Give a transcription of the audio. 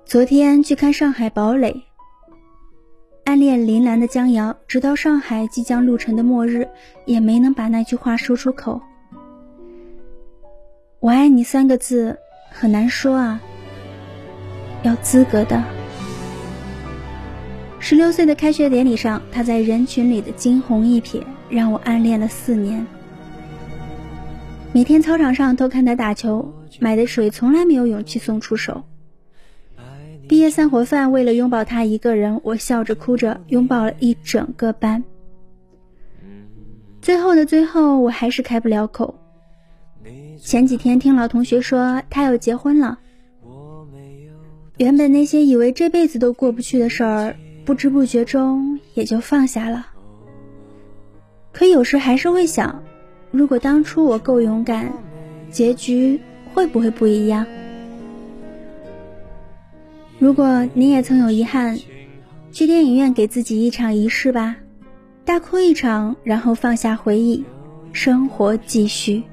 昨天去看上海堡垒，暗恋林兰的江瑶直到上海即将路程的末日也没能把那句话说出口。我爱你3个字很难说啊，要资格的。16岁的开学典礼上，他在人群里的惊鸿一瞥让我暗恋了4年。每天操场上偷看他打球，买的水从来没有勇气送出手。毕业散伙饭，为了拥抱他一个人，我笑着哭着拥抱了一整个班。最后的最后，我还是开不了口。前几天听老同学说他要结婚了，原本那些以为这辈子都过不去的事儿，不知不觉中也就放下了。可有时还是会想，如果当初我够勇敢，结局会不会不一样？如果你也曾有遗憾，去电影院给自己一场仪式吧，大哭一场，然后放下回忆，生活继续。